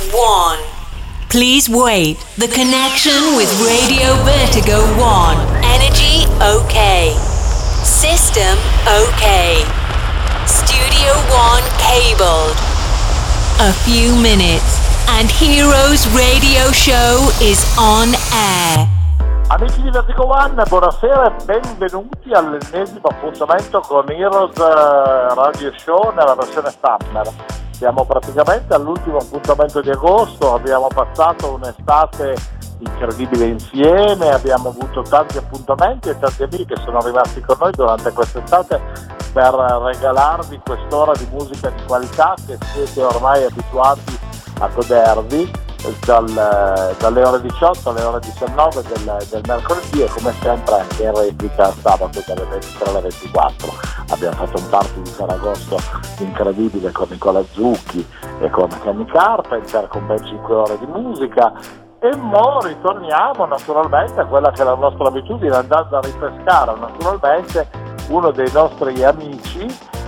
1. Please wait. The connection with Radio Vertigo 1. Energy okay. System okay. Studio 1 cabled. A few minutes and Heroes Radio Show is on air. Amici di Vertigo One, buonasera e benvenuti all'ennesimo appuntamento con Heroes Radio Show nella versione Summer. Siamo praticamente all'ultimo appuntamento di agosto, abbiamo passato un'estate incredibile insieme, abbiamo avuto tanti appuntamenti e tanti amici che sono rimasti con noi durante quest'estate per regalarvi quest'ora di musica di qualità che siete ormai abituati a godervi dalle ore 18 alle ore 19 del mercoledì e come sempre anche in replica sabato dalle 23 alle 24. Abbiamo fatto un party di Ferragosto incredibile con Nicola Zucchi e con Kenny Carpenter con ben 5 ore di musica e mo ritorniamo naturalmente a quella che è la nostra abitudine, andando a ripescare naturalmente uno dei nostri amici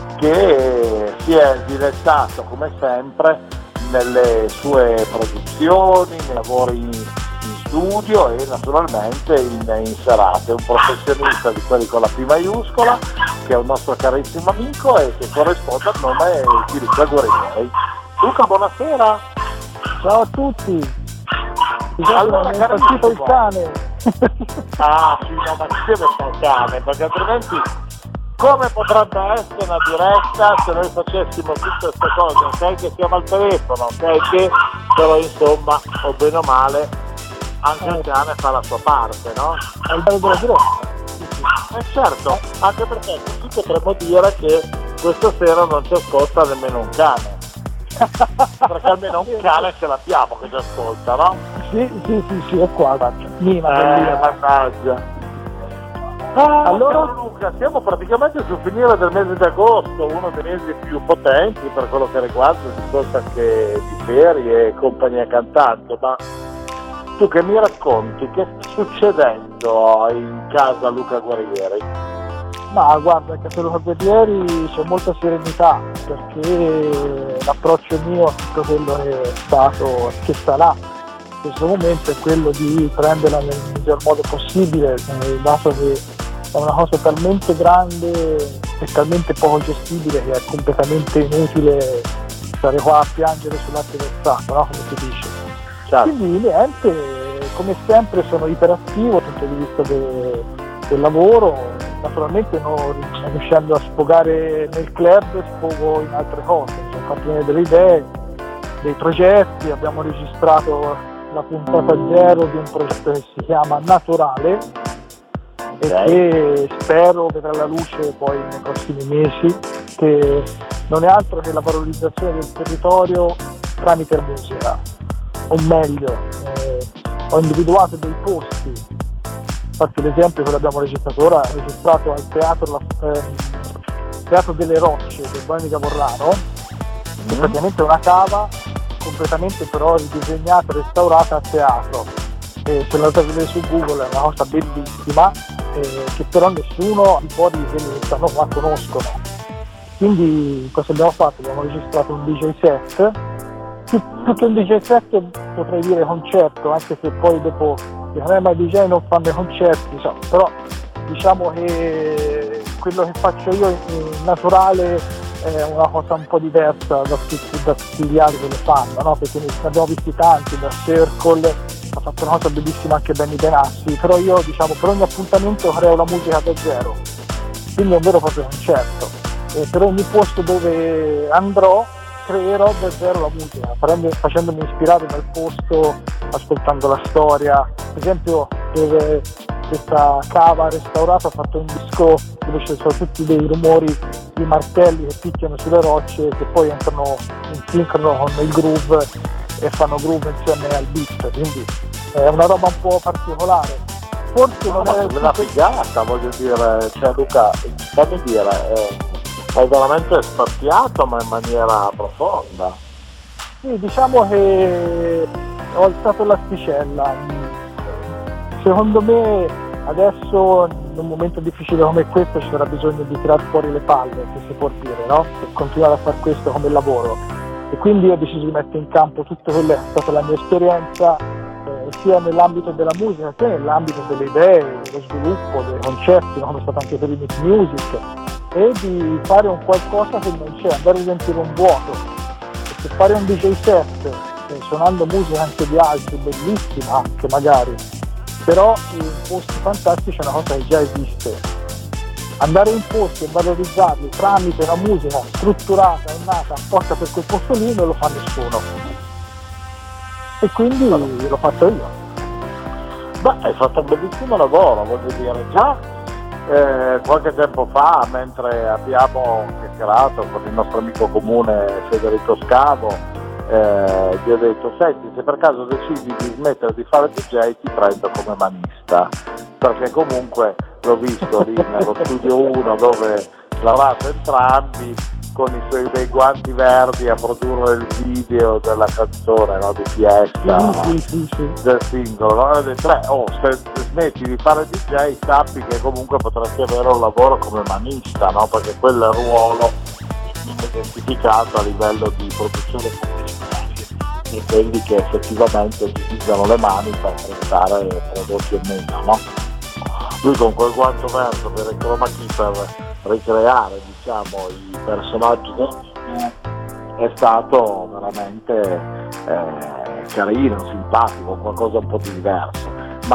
che si è dilettato come sempre nelle sue produzioni, nei lavori in studio e naturalmente in serate. Un professionista di quelli con la P maiuscola, che è un nostro carissimo amico e che corrisponde al nome di Luca Guerrieri. Luca, buonasera. Ciao a tutti. Allora, mi è partito il cane. Ah sì, no, ma ci deve stare il cane, perché altrimenti come potrebbe essere una diretta se noi facessimo tutte queste cose, ok che siamo al telefono, ok che però insomma, o bene o male, anche il cane fa la sua parte, no? È il bello della diretta. Certo, anche perché così potremmo dire che questa sera non ci ascolta nemmeno un cane. Perché almeno un cane ce l'abbiamo che ci ascolta, no? Sì, è qua. Mannaggia. Allora Luca, siamo praticamente sul finire del mese di agosto, uno dei mesi più potenti per quello che riguarda il discorso anche di ferie e compagnia cantante, ma tu che mi racconti che sta succedendo in casa Luca Guerrieri? Ma guarda, che per Luca Guerrieri c'è molta serenità, perché l'approccio mio a tutto quello che è stato, che sarà in questo momento, è quello di prenderla nel miglior modo possibile, dato che è una cosa talmente grande e talmente poco gestibile che è completamente inutile stare qua a piangere sul latte versato, no? Come si dice. Certo. Quindi niente, come sempre sono iperattivo dal punto di vista del lavoro, naturalmente non riuscendo a sfogare nel club sfogo in altre cose, mi sono fatto venire delle idee, dei progetti, abbiamo registrato la puntata 0 di un progetto che si chiama Naturale e che spero vedrà la luce poi nei prossimi mesi, che non è altro che la valorizzazione del territorio tramite la musica, o meglio, ho individuato dei posti, infatti l'esempio che l'abbiamo registrato ora, è registrato al Teatro delle Rocce del Bonica Porrano, che praticamente è una cava completamente però ridisegnata e restaurata a teatro. Se l'andate a vedere su Google è una cosa bellissima, che però nessuno al di fuori di quelli che stanno qua conoscono. Quindi cosa abbiamo fatto? Abbiamo registrato un DJ set, più che un DJ set potrei dire concerto, anche se poi dopo ma i DJ non fanno i concerti, però diciamo che quello che faccio io in naturale è una cosa un po' diversa da tutti gli altri che lo fanno, no? Perché ne abbiamo visti tanti, da Circle ha fatto una cosa bellissima anche Benny Benassi, però io diciamo per ogni appuntamento creo la musica da zero, quindi è un vero e proprio concerto, e per ogni posto dove andrò creerò da zero la musica, facendomi ispirare dal posto, ascoltando la storia. Per esempio per questa cava restaurata ho fatto un disco dove ci sono tutti dei rumori di martelli che picchiano sulle rocce che poi entrano in sincrono con il groove e fanno groove insieme al beat, quindi è una roba un po' particolare. Forse non è una figata, voglio dire, cioè Luca, fammi dire, hai veramente spaziato ma in maniera profonda. Sì, diciamo che ho alzato l'asticella. Secondo me adesso in un momento difficile come questo c'era bisogno di tirar fuori le palle, se si può dire, no? Per continuare a fare questo come lavoro. e quindi io ho deciso di mettere in campo tutto quello che è stata la mia esperienza, sia nell'ambito della musica che nell'ambito delle idee, dello sviluppo, dei concerti, come è stato anche per i Meet Music, e di fare un qualcosa che non c'è, andare a riempire un vuoto, perché fare un DJ set suonando musica anche di altri, bellissima anche magari, però in posti fantastici è una cosa che già esiste. Andare in posti e valorizzarli tramite una musica strutturata e nata apposta per quel posto lì non lo fa nessuno, e quindi l'ho fatto io. Beh, hai fatto un bellissimo lavoro, voglio dire, già qualche tempo fa, mentre abbiamo chiacchierato con il nostro amico comune Federico Scavo, gli ho detto: senti, se per caso decidi di smettere di fare DJ ti prendo come manista, perché comunque l'ho visto lì nello studio 1 dove lavorate entrambi con i suoi bei guanti verdi a produrre il video della canzone, no, di Fiesta, sì. del singolo, no? Ho detto, se smetti di fare DJ sappi che comunque potresti avere un lavoro come manista, no? Perché quello è il ruolo identificato a livello di produzione pubblicitaria e quelli che effettivamente utilizzano le mani per presentare prodotti e meno, no? Lui con quel guanto verde per il chroma key per ricreare, diciamo, i personaggi del film è stato veramente carino, simpatico, qualcosa un po' di diverso. Ma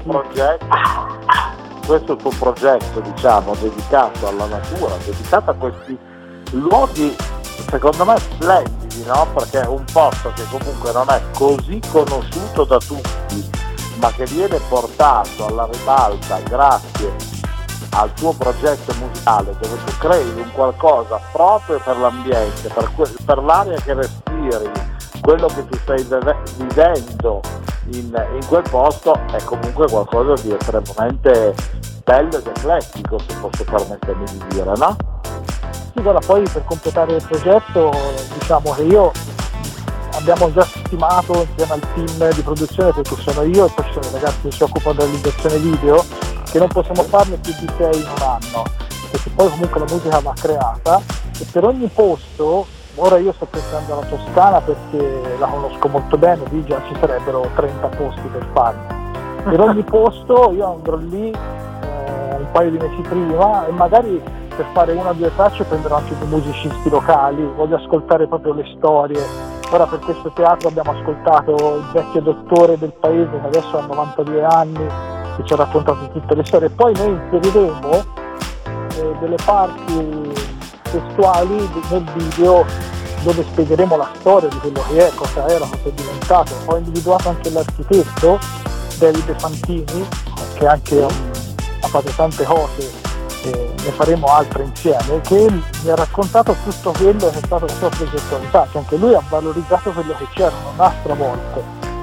questo tuo progetto, diciamo, dedicato alla natura, dedicato a questi luoghi secondo me splendidi, no? Perché è un posto che comunque non è così conosciuto da tutti, ma che viene portato alla ribalta grazie al tuo progetto musicale, dove tu crei un qualcosa proprio per l'ambiente, per l'aria che respiri, quello che tu stai vivendo in quel posto, è comunque qualcosa di estremamente bello ed eclettico, se posso permettermi di dire, no? Sì, guarda, poi per completare il progetto, diciamo che abbiamo già stimato insieme al team di produzione, perché sono io e poi ci sono i ragazzi che si occupano della realizzazione video, che non possiamo farne più di 6 in un anno, perché poi comunque la musica va creata, e per ogni posto, ora io sto pensando alla Toscana perché la conosco molto bene, lì già ci sarebbero 30 posti per farlo. Per ogni posto io andrò lì un paio di mesi prima, e magari per fare 1 o 2 tracce prenderò anche dei musicisti locali, voglio ascoltare proprio le storie. Ora per questo teatro abbiamo ascoltato il vecchio dottore del paese, che adesso ha 92 anni, che ci ha raccontato tutte le storie. Poi noi inseriremo delle parti testuali nel video dove spiegheremo la storia di quello che è, cosa era, cosa è diventato. Ho individuato anche l'architetto David Fantini, che anche ha fatto tante cose, ne faremo altre insieme, che mi ha raccontato tutto quello che è stato la sua progettualità, che anche lui ha valorizzato quello che c'era, non ha stravolto.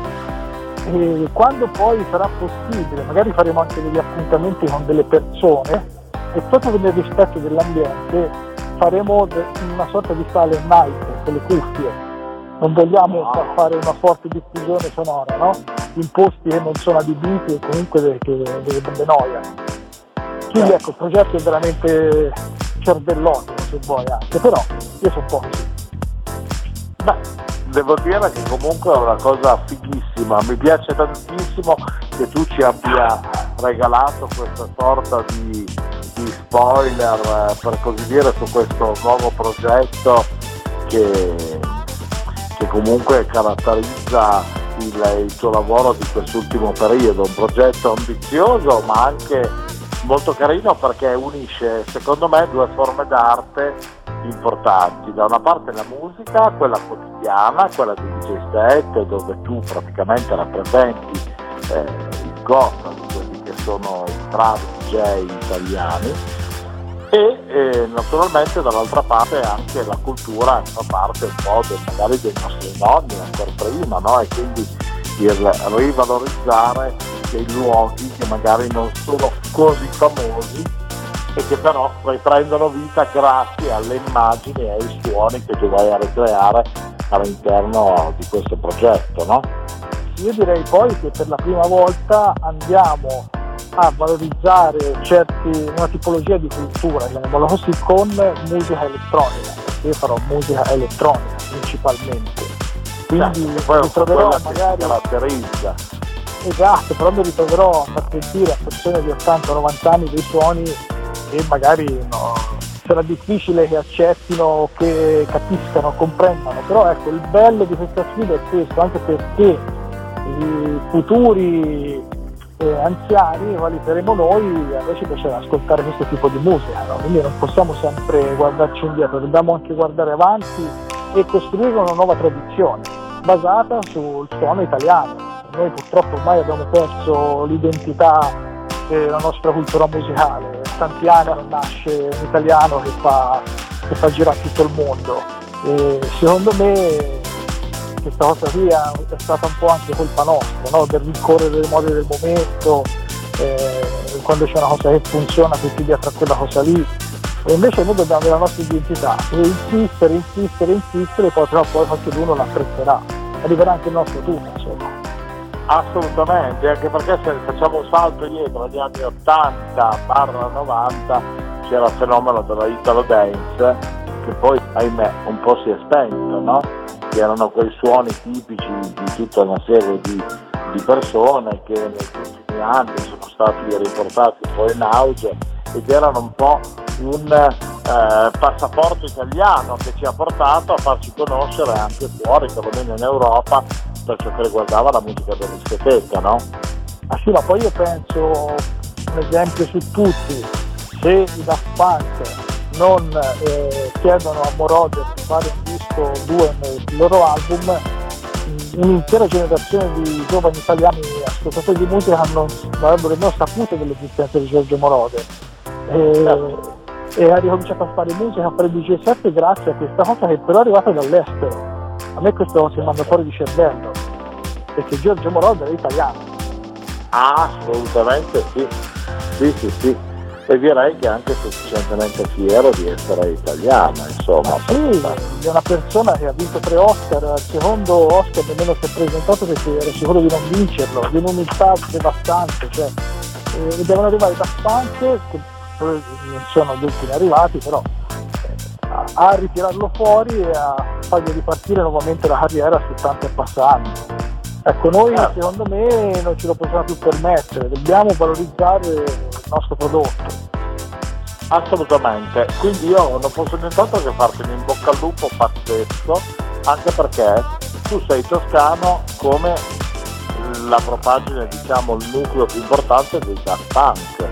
E quando poi sarà possibile, magari faremo anche degli appuntamenti con delle persone, e proprio nel rispetto dell'ambiente faremo una sorta di silent night con le cuffie. Non vogliamo fare una forte diffusione sonora, no? In posti che non sono adibiti e comunque che noia. Quindi ecco, il progetto è veramente cervellotico, se vuoi anche, però io sono un po' così. Beh, devo dire che comunque è una cosa fighissima, mi piace tantissimo che tu ci abbia regalato questa sorta di spoiler, per così dire, su questo nuovo progetto che comunque caratterizza il tuo lavoro di quest'ultimo periodo, un progetto ambizioso ma anche molto carino, perché unisce secondo me 2 forme d'arte importanti: da una parte la musica, quella quotidiana, quella di DJ set, dove tu praticamente rappresenti il gota di quelli che sono i bravi DJ italiani, e naturalmente dall'altra parte anche la cultura, fa parte un po' magari dei nostri nonni ancora prima, no? E quindi il rivalorizzare dei luoghi che magari non sono così famosi e che però riprendono vita grazie alle immagini e ai suoni che tu vai a ricreare all'interno di questo progetto, no? Io direi poi che per la prima volta andiamo a valorizzare una tipologia di cultura, chiamiamola così, con musica elettronica, perché io farò musica elettronica principalmente, quindi mi ritroverò magari caratterizza. Esatto, però mi ritroverò a far sentire a persone di 80-90 anni dei suoni che magari sarà difficile che accettino, che capiscano, comprendano, però ecco, il bello di questa sfida è questo, anche perché i futuri anziani, quali saremo noi, a noi ci piacerà ascoltare questo tipo di musica, no? Quindi non possiamo sempre guardarci indietro, dobbiamo anche guardare avanti e costruire una nuova tradizione basata sul suono italiano. Noi purtroppo ormai abbiamo perso l'identità della nostra cultura musicale. Tanti anni non nasce un italiano che fa girare tutto il mondo, e secondo me questa cosa qui è stata un po' anche colpa nostra, no? Per rincorrere le mode del momento, quando c'è una cosa che funziona tutti dietro a quella cosa lì, e invece noi dobbiamo avere la nostra identità e insistere, poi qualcuno l'apprezzerà, arriverà anche il nostro turno, insomma. Assolutamente, anche perché se facciamo un salto indietro agli anni 80-90 c'era il fenomeno della Italo Dance, che poi ahimè un po' si è spento, no? Che erano quei suoni tipici di tutta una serie di persone che negli ultimi anni sono stati riportati un po' in auge ed erano un po' un passaporto italiano che ci ha portato a farci conoscere anche fuori, perlomeno in Europa, per ciò che riguardava la musica della discoteca, no? Ah sì, ma poi io penso, un esempio su tutti, se i Daft Punk non chiedono a Moroder di fare un disco 2 nel loro album, un'intera generazione di giovani italiani ascoltatori di musica non avrebbero nemmeno saputo dell'esistenza di Giorgio Moroder, e ha ricominciato a fare musica, a fare DJ set grazie a questa cosa che però è arrivata dall'estero. A me questa cosa mi manda fuori di cervello, perché Giorgio Moroder è italiano. Assolutamente sì. E direi che è anche sufficientemente fiero di essere italiano, insomma. Sì, è una persona che ha vinto 3 Oscar, al secondo Oscar nemmeno si è presentato perché era sicuro di non vincerlo, di un'umiltà devastante, cioè, devono arrivare da Punk, che non sono gli ultimi arrivati, però a ritirarlo fuori e a fargli ripartire nuovamente la carriera su tanti e passanti. Ecco, noi secondo me non ce lo possiamo più permettere, dobbiamo valorizzare il nostro prodotto. Assolutamente, quindi io non posso nient'altro che farti un in bocca al lupo pazzesco, anche perché tu sei toscano come la propagine, diciamo, il nucleo più importante dei Daft Punk,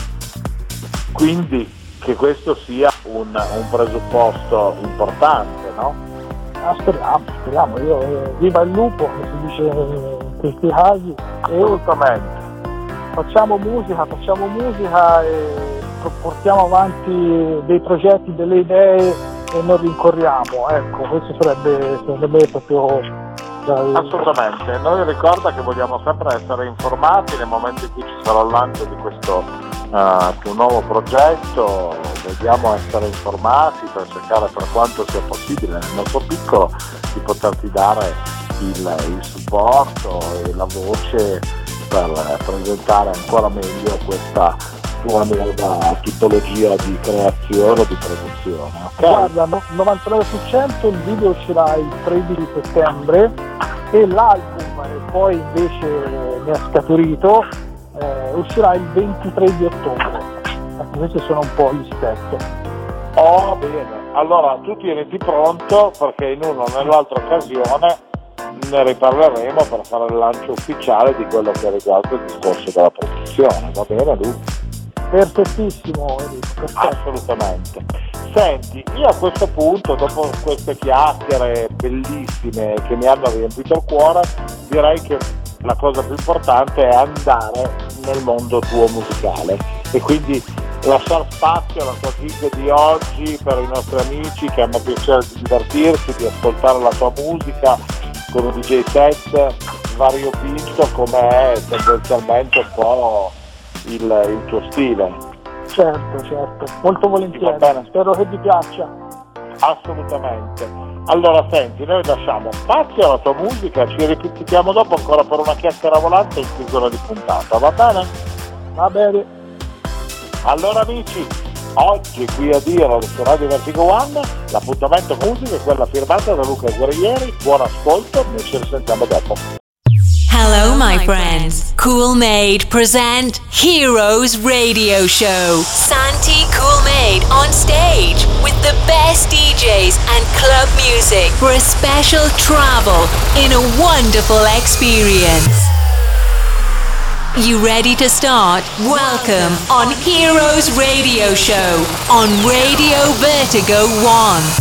quindi che questo sia un presupposto importante, no? Speriamo, viva il lupo, come si dice in questi casi. Assolutamente. Facciamo musica e portiamo avanti dei progetti, delle idee e non rincorriamo, ecco, questo sarebbe secondo me proprio... Assolutamente, noi ricorda che vogliamo sempre essere informati nel momento in cui ci sarà il lancio di questo tuo nuovo progetto, vogliamo essere informati per cercare, per quanto sia possibile nel nostro piccolo, di poterti dare il supporto e la voce per presentare ancora meglio questa tua nuova tipologia di creazione, di produzione. Okay? Guarda, 99% il video uscirà il 13 settembre e l'album, e poi invece ne è scaturito, uscirà il 23 di ottobre. Ecco, questi sono un po' gli step. Oh, bene, allora tu tieniti pronto perché in una o nell'altra occasione ne riparleremo per fare il lancio ufficiale di quello che riguarda il discorso della produzione, va bene Lu? Perfettissimo, perfetto. Assolutamente. Senti, io a questo punto, dopo queste chiacchiere bellissime che mi hanno riempito il cuore, direi che la cosa più importante è andare nel mondo tuo musicale e quindi lasciare spazio alla tua gig di oggi per i nostri amici che hanno piacere di divertirsi, di ascoltare la tua musica con un DJ set variopinto come è tendenzialmente un po' il tuo stile. Certo, molto volentieri, spero che vi piaccia. Assolutamente. Allora senti, noi lasciamo spazio alla tua musica, ci ripetiamo dopo ancora per una chiacchiera volante in chiusura di puntata, va bene? Va bene. Allora amici, oggi qui a Diro su Radio Vertigo One, l'appuntamento con musica è quella firmata da Luca Guerrieri. Buon ascolto, noi ci risentiamo dopo. Hello, my friends. Cool Made present Heroes Radio Show. Santi Cool Made on stage with the best DJs and club music for a special travel in a wonderful experience. You ready to start? Welcome on Heroes Radio Show on Radio Vertigo One.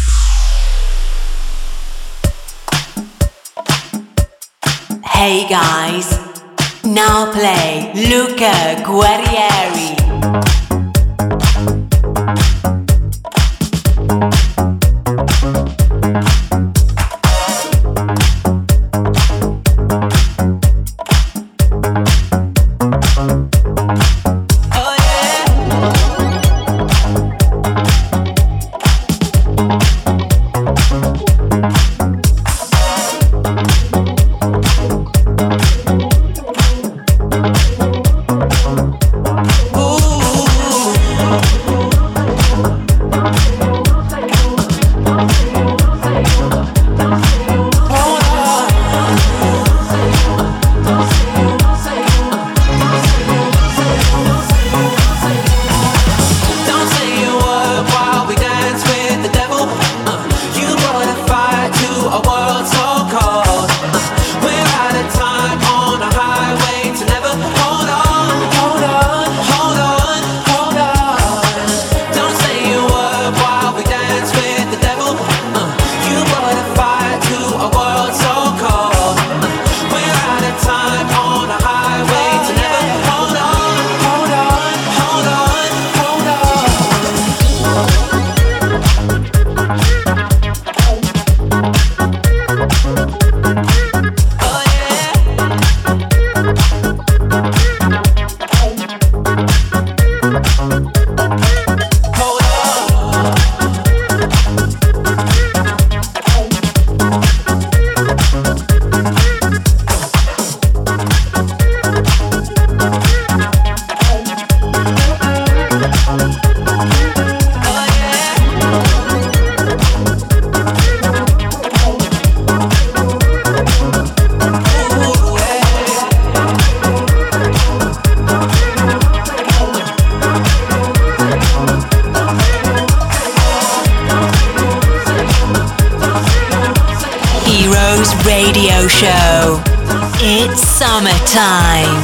Hey guys, now play Luca Guerrieri. Radio Show. It's summertime.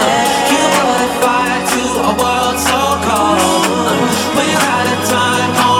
Time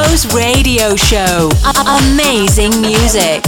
Heroes Radio Show. Amazing music.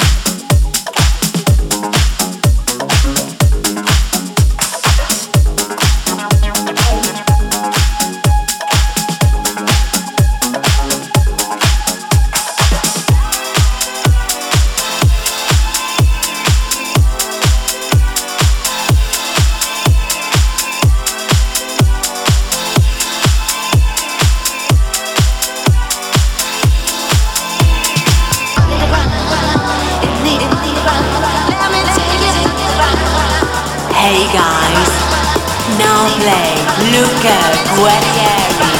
Hey guys, now play Luca Guerrieri.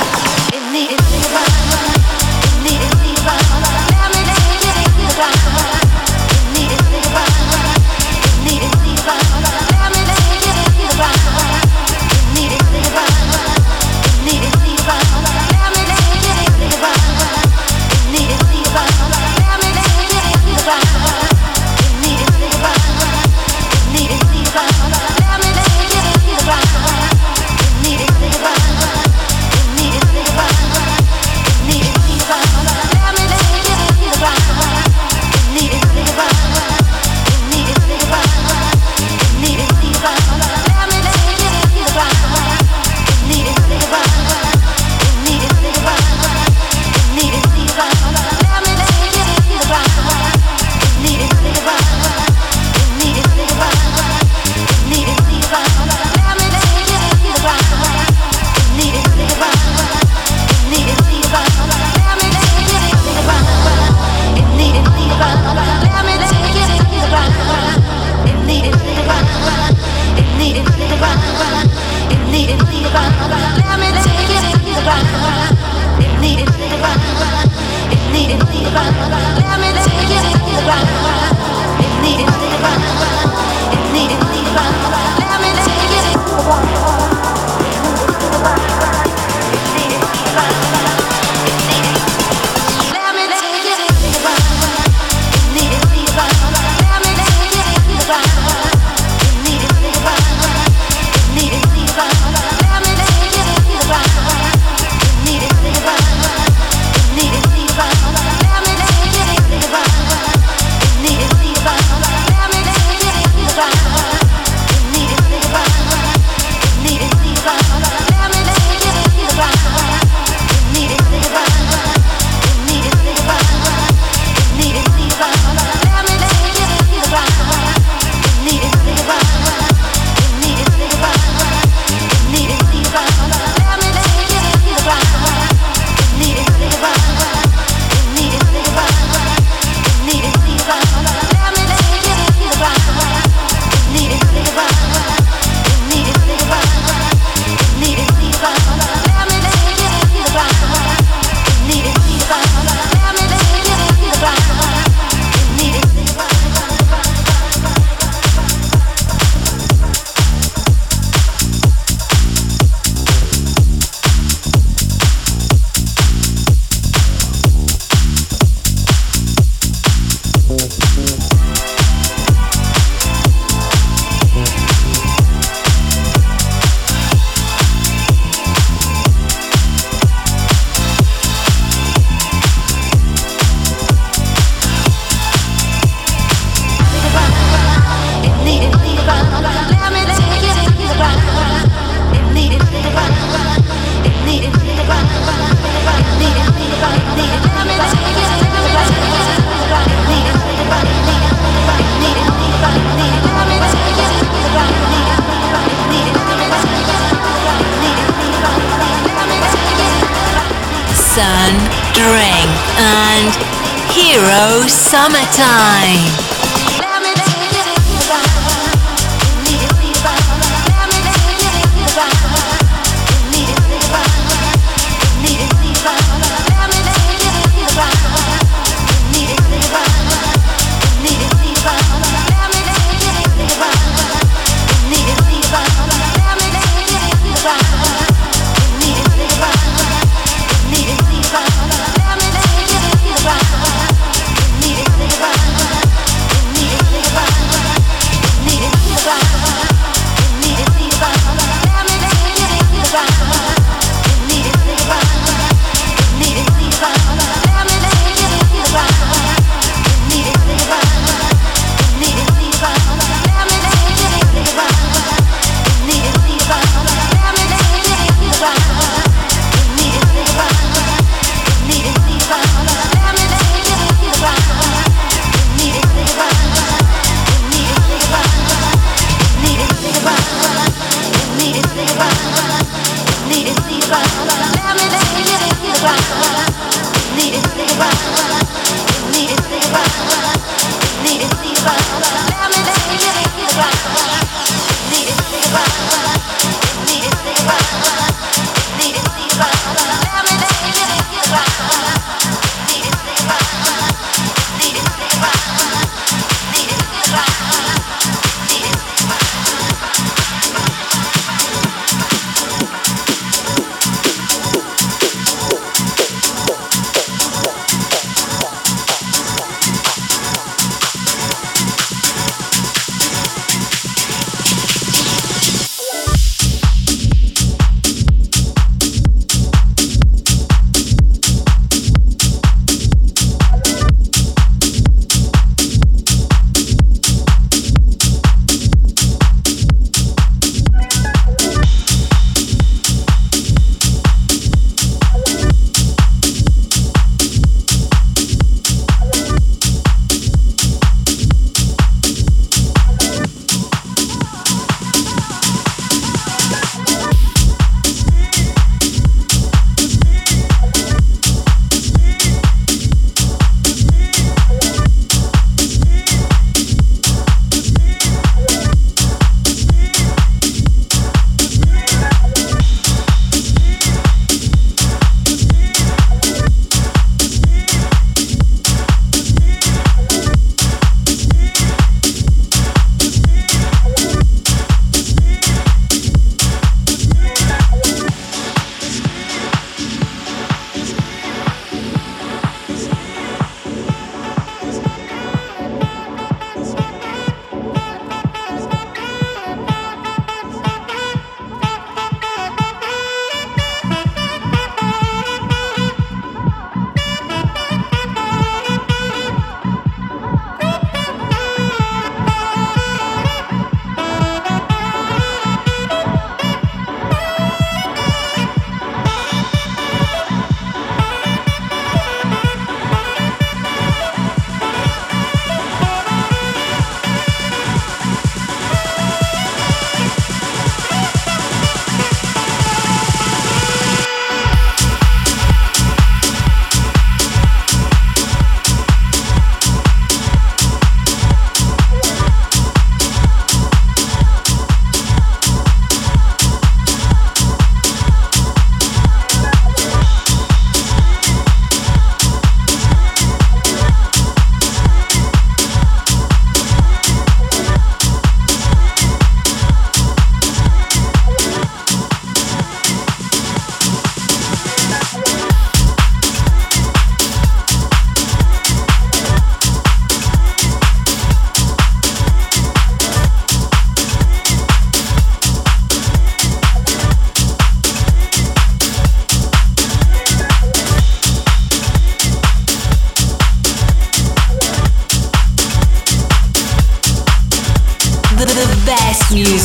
Sun, Drink and Hero Summertime.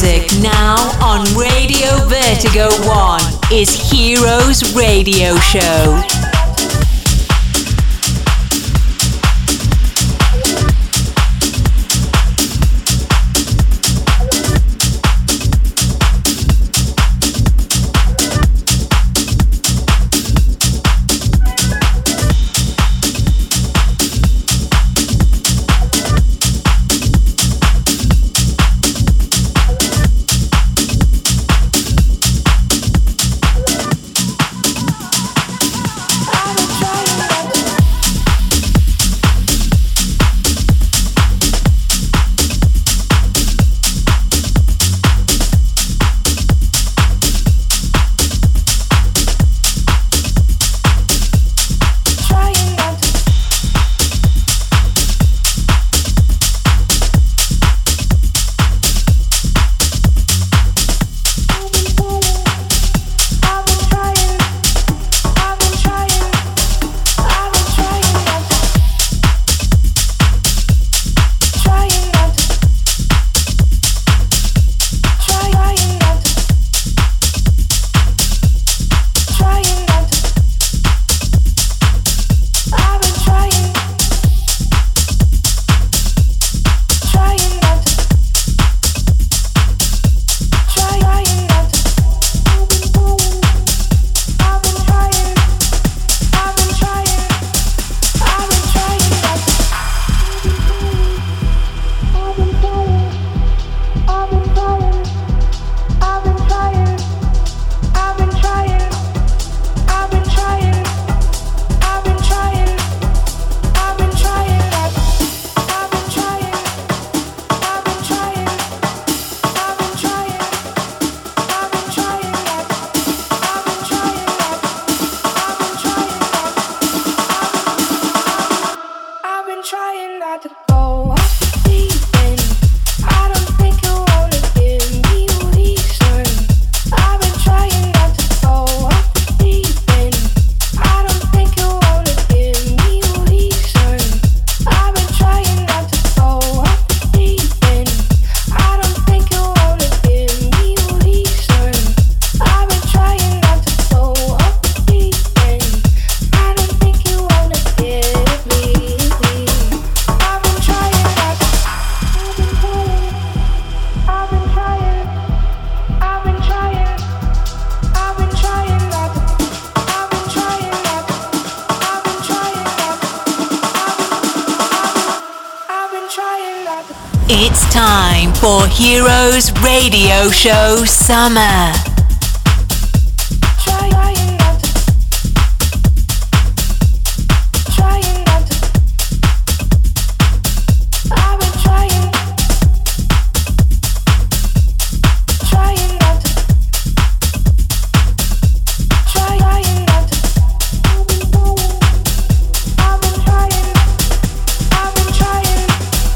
music now on Radio Vertigo 1 is Heroes Radio Show. It's time for Heroes Radio Show Summer.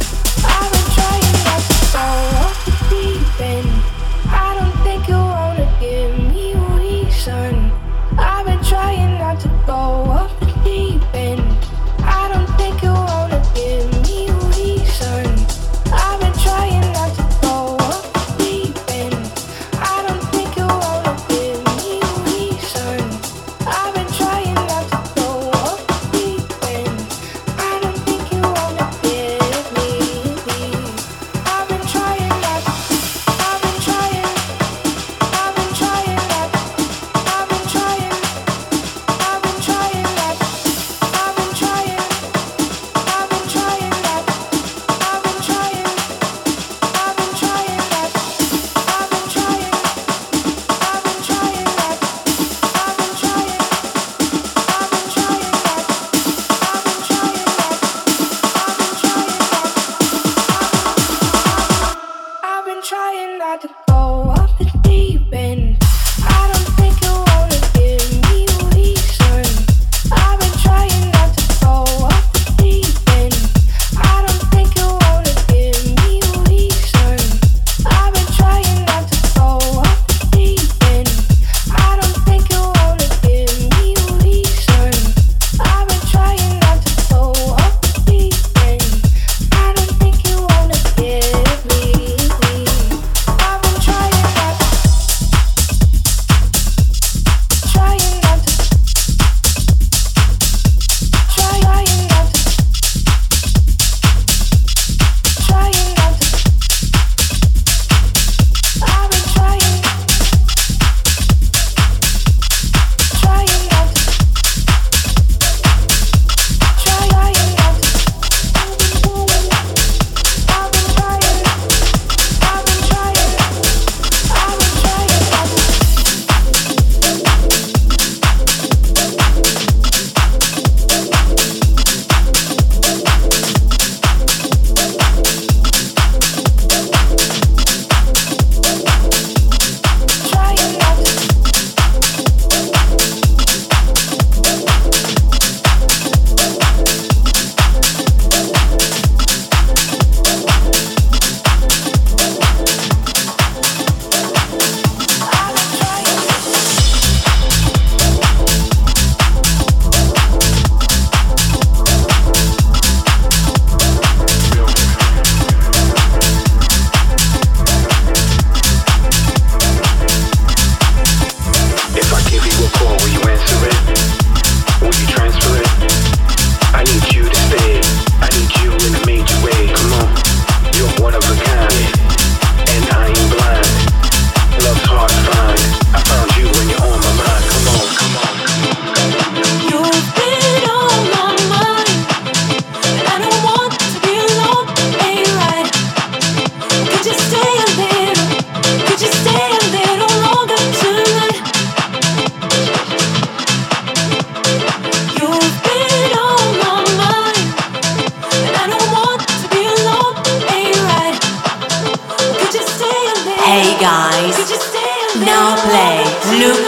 I don't think you wanna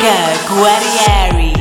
Luca Guerrieri.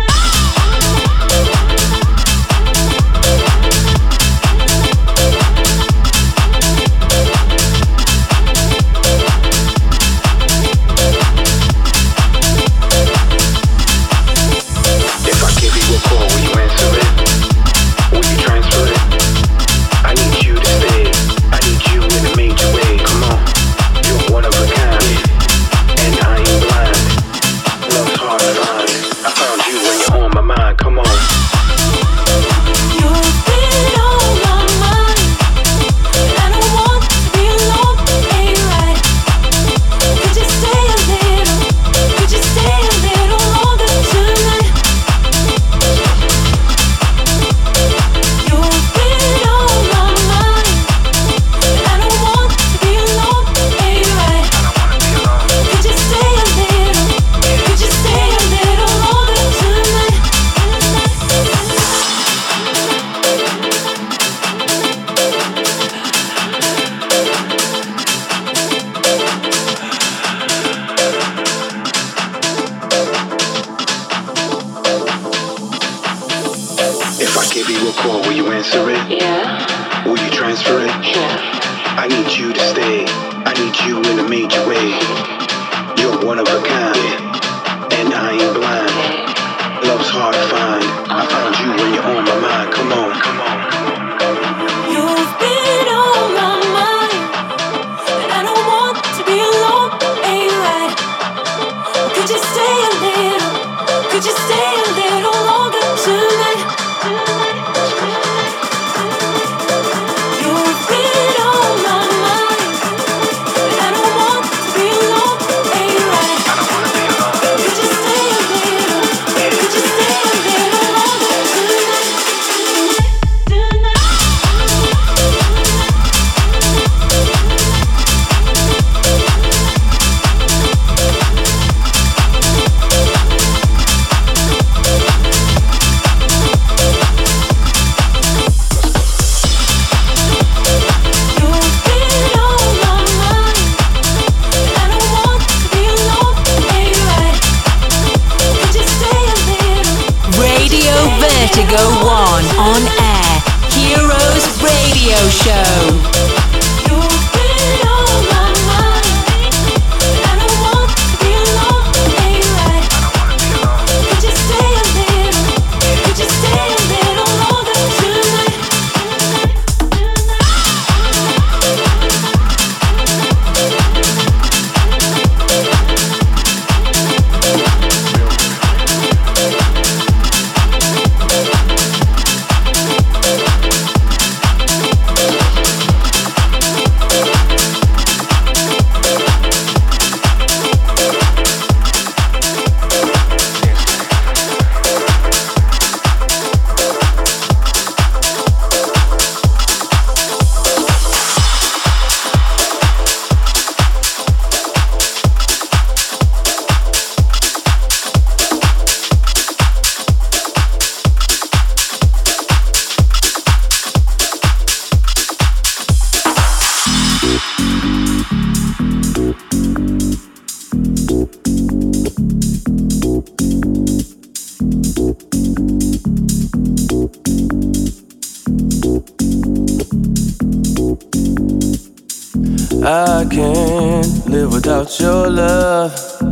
I can't live without your love.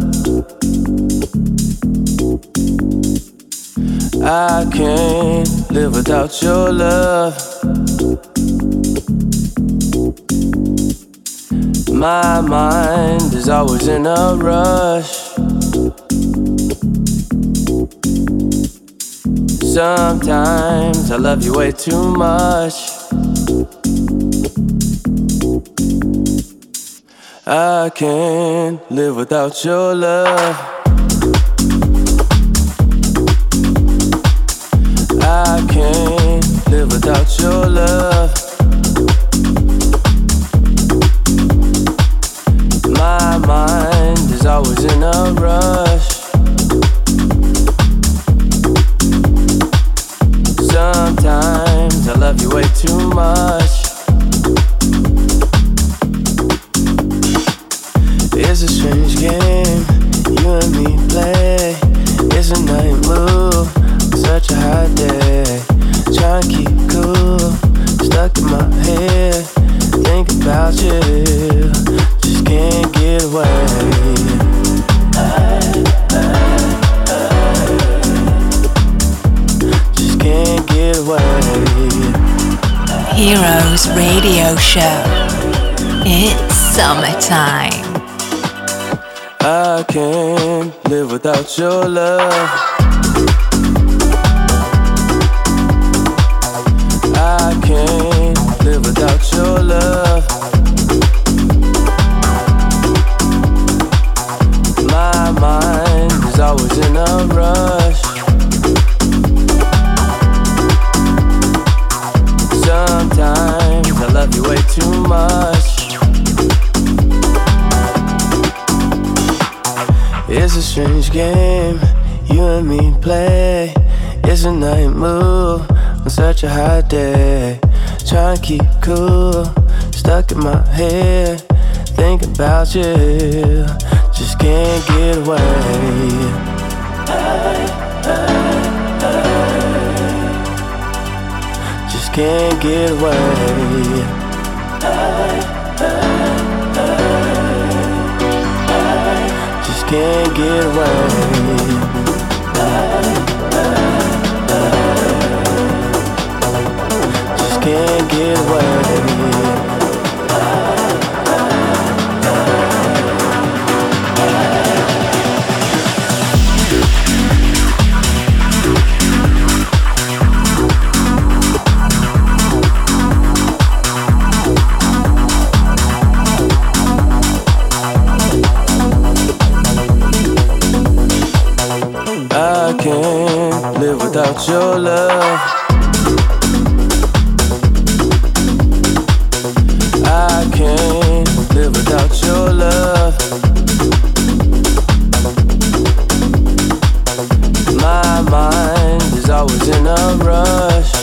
I can't live without your love. My mind is always in a rush. Sometimes I love you way too much. I can't live without your love. I can't live without your love. My mind is always in a rush. Sometimes I love you way too much. It's a strange game, you and me. night move, such a hot day. Trying to keep cool, stuck in my head. Think about you, just can't get away. Just can't get away. Heroes Radio Show. It's summertime. I can't live without your love. I can't live without your love. My mind is always in a rush. Sometimes I love you way too much. It's a strange game you and me play. It's a night move on such a hot day. Trying to keep cool, stuck in my head. Thinking about you, just can't get away. Just can't get away. Just can't get away. Just can't get away. I can't live without your love. I can't live without your love. My mind is always in a rush.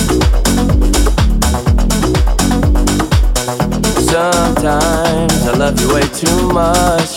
Sometimes I love you way too much.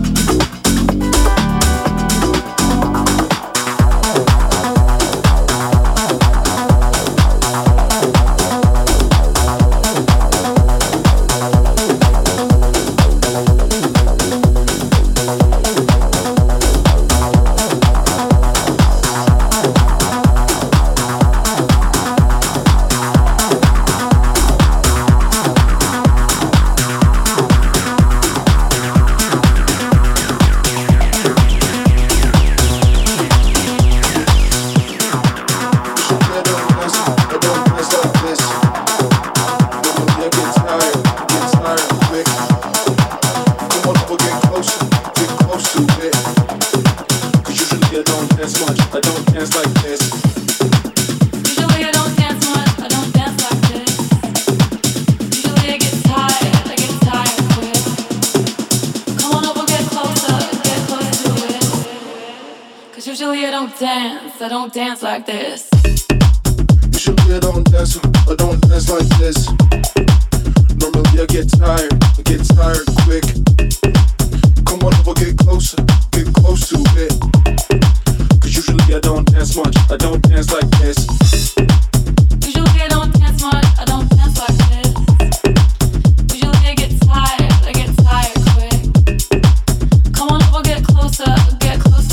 I don't dance like this. Usually I don't dance like this. Normally I get tired quick. Come on over, get close to it. Cause usually I don't dance much, I don't dance like this. Usually I don't dance much, I don't dance like this. Usually I get tired quick. Come on over, get closer to it.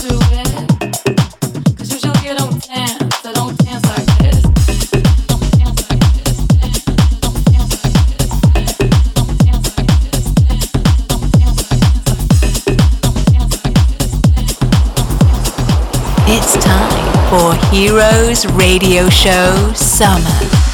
I don't dance like this. Don't dance like this. Don't dance like this. Don't dance like this. Don't dance like this. It's time for Heroes Radio Show Summer.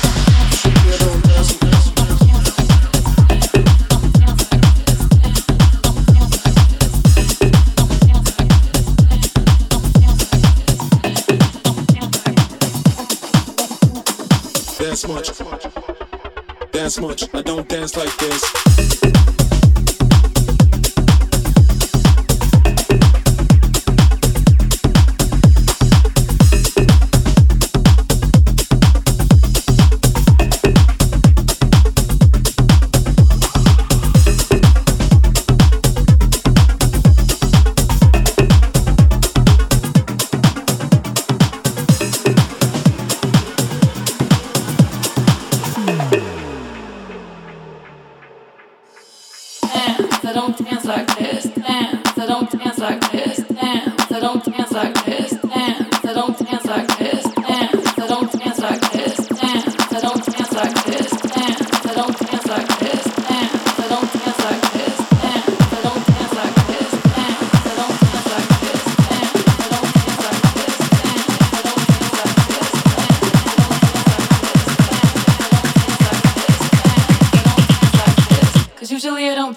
Dance much, I don't dance like this.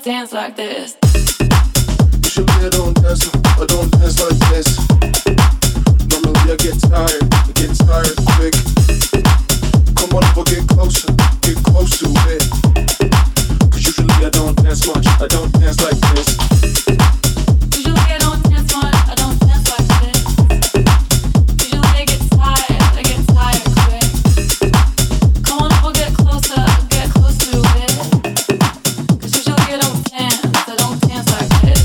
dance like this. You should play, don't dance, I don't dance like this. Normally I get tired quick. Come on over, get close to it. Cause usually I don't dance much, I don't dance like this. Usually I don't dance much, I don't dance like this. Usually I get tired quick. Come on over, get close to it. Cause usually I don't dance like this.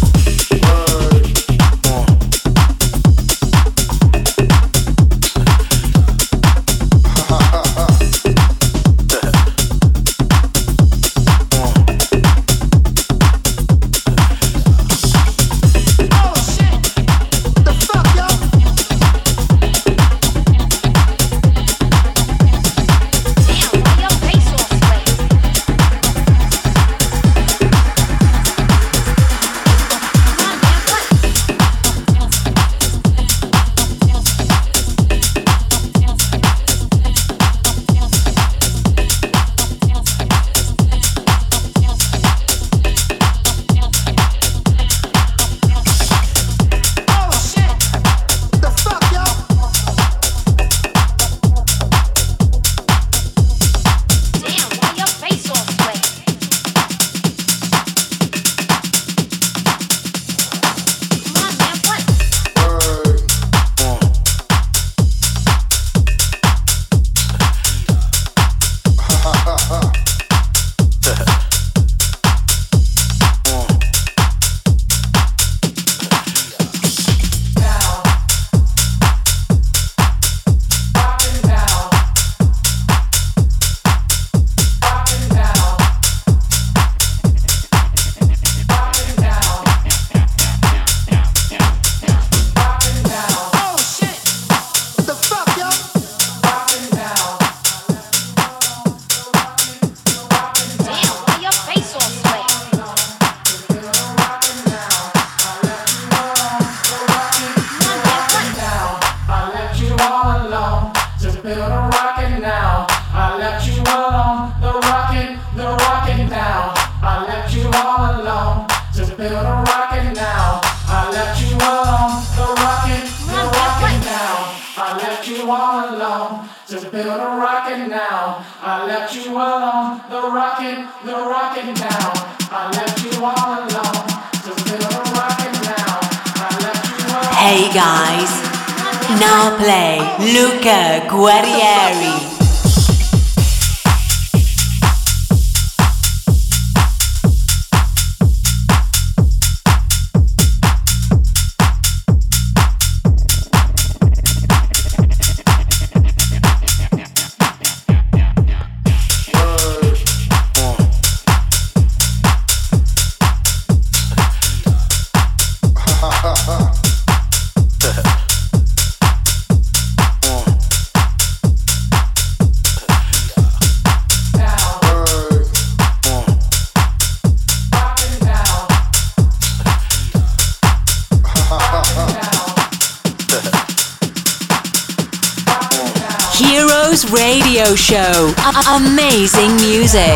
Hey guys, now play Luca Guerrieri. Heroes Radio Show. Amazing music.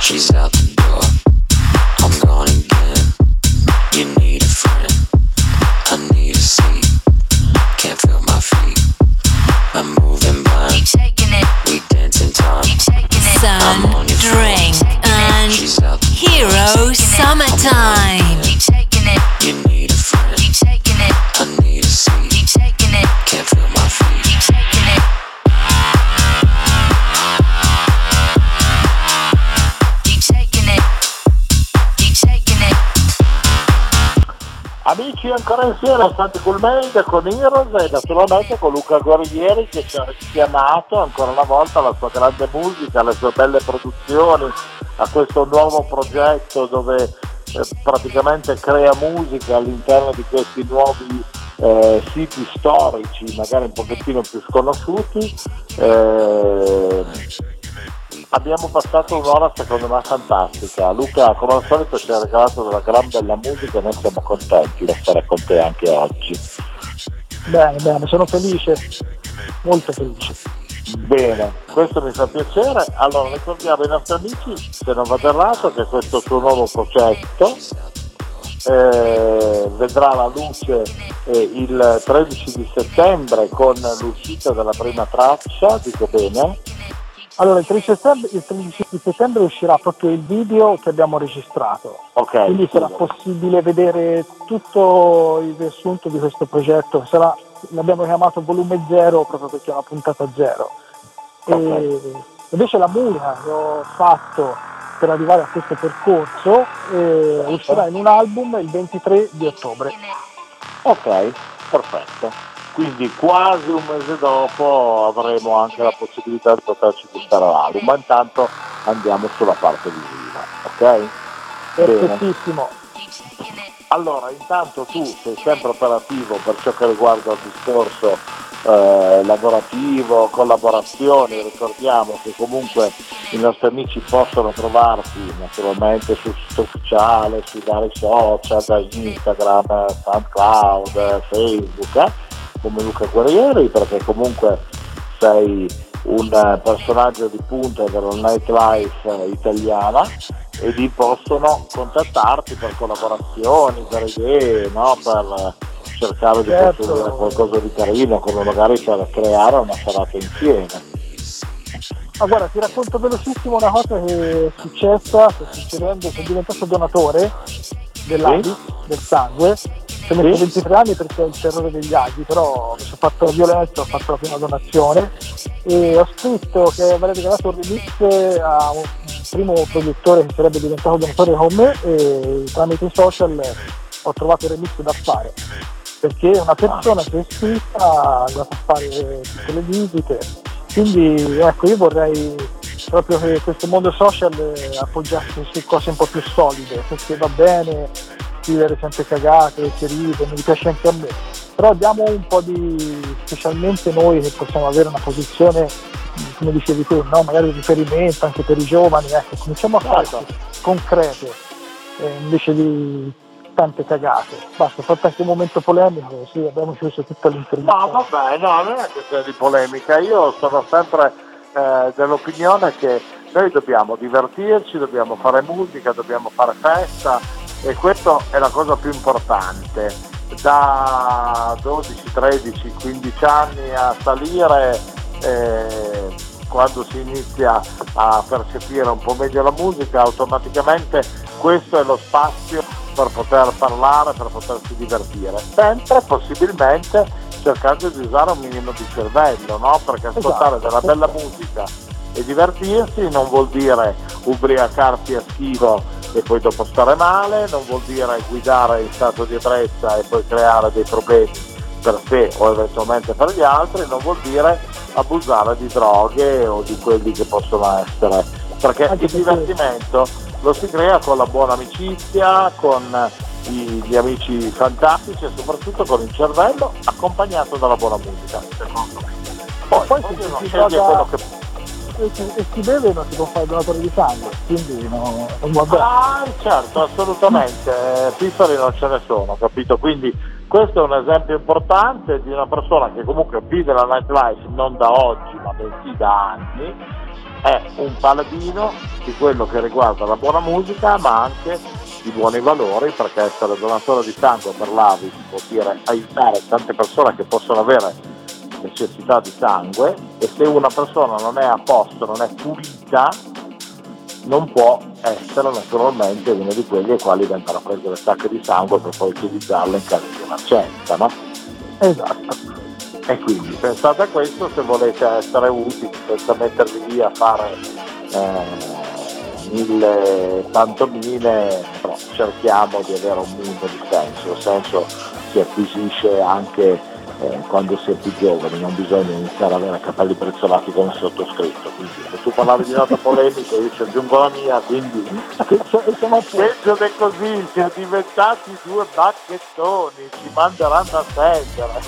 She's out the door, I'm gone again. You need a friend, I need a seat. Can't feel my feet, I'm moving blind. Keep shaking it, we dance in time. keep shaking it. Sun, drink, and Hero Summertime. Keep shaking it, you need a friend, keep shaking it, I need a seat. keep shaking it, Can't feel my feet. keep shaking it. Keep shaking it, keep shaking it. Amici, ancora insieme Santi Cool Made con Heroes e naturalmente con Luca Guerrieri che ci ha richiamato ancora una volta alla sua grande musica, alle sue belle produzioni, a questo nuovo progetto dove praticamente crea musica all'interno di questi nuovi siti storici, magari un pochettino più sconosciuti. Abbiamo passato un'ora secondo me fantastica. Luca, come al solito ci ha regalato della gran bella musica e noi siamo contenti di stare con te anche oggi. Bene, sono felice, molto felice. Bene, questo mi fa piacere. Allora ricordiamo ai nostri amici, se non vado errato, che questo suo nuovo progetto vedrà la luce il 13 di settembre con l'uscita della prima traccia, dico bene? Allora, il 13 di settembre uscirà proprio il video che abbiamo registrato, quindi sarà possibile vedere tutto il riassunto di questo progetto. L'abbiamo chiamato volume 0 proprio perché è una puntata 0. E invece la musica che ho fatto per arrivare a questo percorso uscirà in un album il 23 di ottobre. Ok, perfetto. Quindi quasi un mese dopo avremo anche la possibilità di poterci gustare l'album, ma intanto andiamo sulla parte visiva, ok? Perfettissimo. Allora, intanto tu sei sempre operativo per ciò che riguarda il discorso lavorativo, collaborazioni. Ricordiamo che comunque i nostri amici possono trovarti naturalmente sul sito ufficiale, sui vari social, da Instagram, SoundCloud, Facebook, come Luca Guerrieri, perché comunque sei un personaggio di punta della nightlife italiana e lì possono contattarti per collaborazioni, per idee, no? Per cercare di costruire qualcosa di carino, come magari per creare una serata insieme. Ma guarda, ti racconto velocissimo una cosa che è successa, sto succedendo, sono diventato donatore dell'AIDS, del sangue. Ci ho messo 23 anni perché ho il terrore degli aghi, però mi sono fatto la violenza, ho fatto la prima donazione e ho scritto che avrei regalato un remix a un primo produttore che sarebbe diventato donatore con me e tramite i social ho trovato il remix da fare, perché una persona che è iscritta è andata a fare tutte le visite, quindi ecco, io vorrei proprio che questo mondo social appoggiasse su cose un po' più solide, perché va bene scrivere sempre cagate, che ride, mi piace anche a me, però diamo un po' di, specialmente noi che possiamo avere una posizione, come dicevi tu, no? Magari di riferimento anche per i giovani, ecco, cominciamo a fare cose concrete invece di tante cagate. Basta, ho fatto anche un momento polemico, sì, abbiamo chiuso tutta l'intervista. No, vabbè, no, non è questione di polemica, io sono sempre dell'opinione che noi dobbiamo divertirci, dobbiamo fare musica, dobbiamo fare festa e questa è la cosa più importante. Da 12, 13, 15 anni a salire, quando si inizia a percepire un po' meglio la musica, automaticamente questo è lo spazio per poter parlare, per potersi divertire, sempre possibilmente cercando di usare un minimo di cervello, no? Perché ascoltare della bella musica e divertirsi non vuol dire ubriacarsi a schifo e poi dopo stare male, non vuol dire guidare in stato di ebbrezza e poi creare dei problemi per sé o eventualmente per gli altri, non vuol dire abusare di droghe o di quelli che possono essere, perché il divertimento lo si crea con la buona amicizia, con gli amici fantastici e soprattutto con il cervello accompagnato dalla buona musica, secondo me. Poi non sceglie quello che e si beve non si può fare donatore di sangue, quindi non va bene. Ah, certo, assolutamente, pifferi non ce ne sono, capito? Quindi questo è un esempio importante di una persona che comunque vive la nightlife non da oggi ma bensì da anni è un paladino di quello che riguarda la buona musica, ma anche di buoni valori, perché essere donatore di sangue per l'AVI vuol dire aiutare tante persone che possono avere necessità di sangue, e se una persona non è a posto, non è pulita, non può essere naturalmente uno di quelli ai quali vengono a prendere sacche di sangue per poi utilizzarle in caso di emergenza, no? Esatto. E quindi pensate a questo se volete essere utili, senza mettervi lì a fare 1000 pantomime, però cerchiamo di avere un minimo di senso. Il senso si acquisisce anche quando si è più giovani, non bisogna iniziare ad avere capelli prezzolati come sottoscritto. Quindi se tu parlavi di nota polemica io ci aggiungo la mia, quindi peggio di così, si è diventati 2 bacchettoni, ci manderanno a stendere.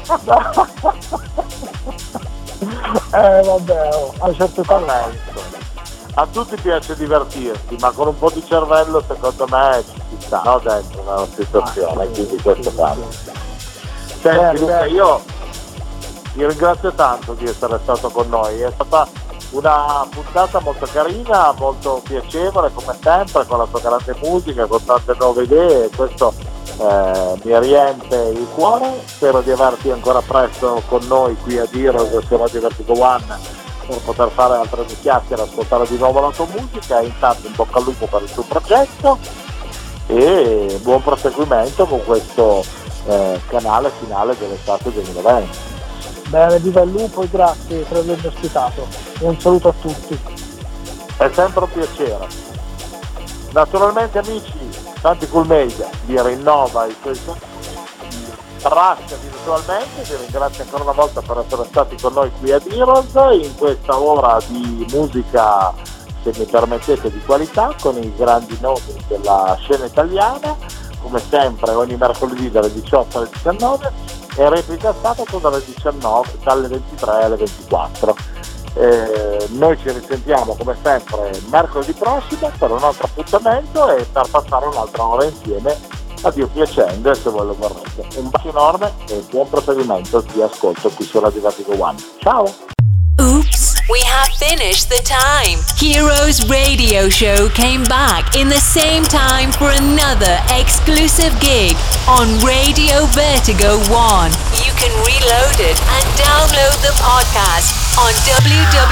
Vabbè, a un certo talento. A tutti piace divertirsi, ma con un po' di cervello secondo me ci sta, no? Dentro una situazione, quindi questo fa. Senti Luca, io ti ringrazio tanto di essere stato con noi, è stata una puntata molto carina, molto piacevole come sempre, con la tua grande musica, con tante nuove idee, questo mi riempie il cuore. Spero di averti ancora presto con noi qui a Heroes su Radio Vertigo One per poter fare altre chiacchiere, ascoltare di nuovo la tua musica. Intanto in bocca al lupo per il tuo progetto e buon proseguimento con questo canale finale dell'estate 2020. Bene, viva il lupo e grazie per avermi ospitato e un saluto a tutti. È sempre un piacere. Naturalmente amici, Santi Cool Made vi rinnova i suoi abbraccia virtualmente, vi ringrazio ancora una volta per essere stati con noi qui a Heroes in questa ora di musica, se mi permettete, di qualità, con i grandi nomi della scena italiana, come sempre ogni mercoledì dalle 18 alle 19 e replica sabato dalle 23 alle 24. Noi ci risentiamo come sempre mercoledì prossimo per un altro appuntamento e per passare un'altra ora insieme, a Dio piacendo e se voi lo vorrete. Un bacio enorme e buon proseguimento di ascolto qui su Radio Vertigo One. Ciao! Oops, we have finished the time. Heroes Radio Show came back in the same time for another exclusive gig on Radio Vertigo One. You can reload it and download the podcast on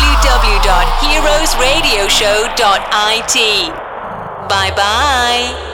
www.heroesradioshow.it. Bye bye.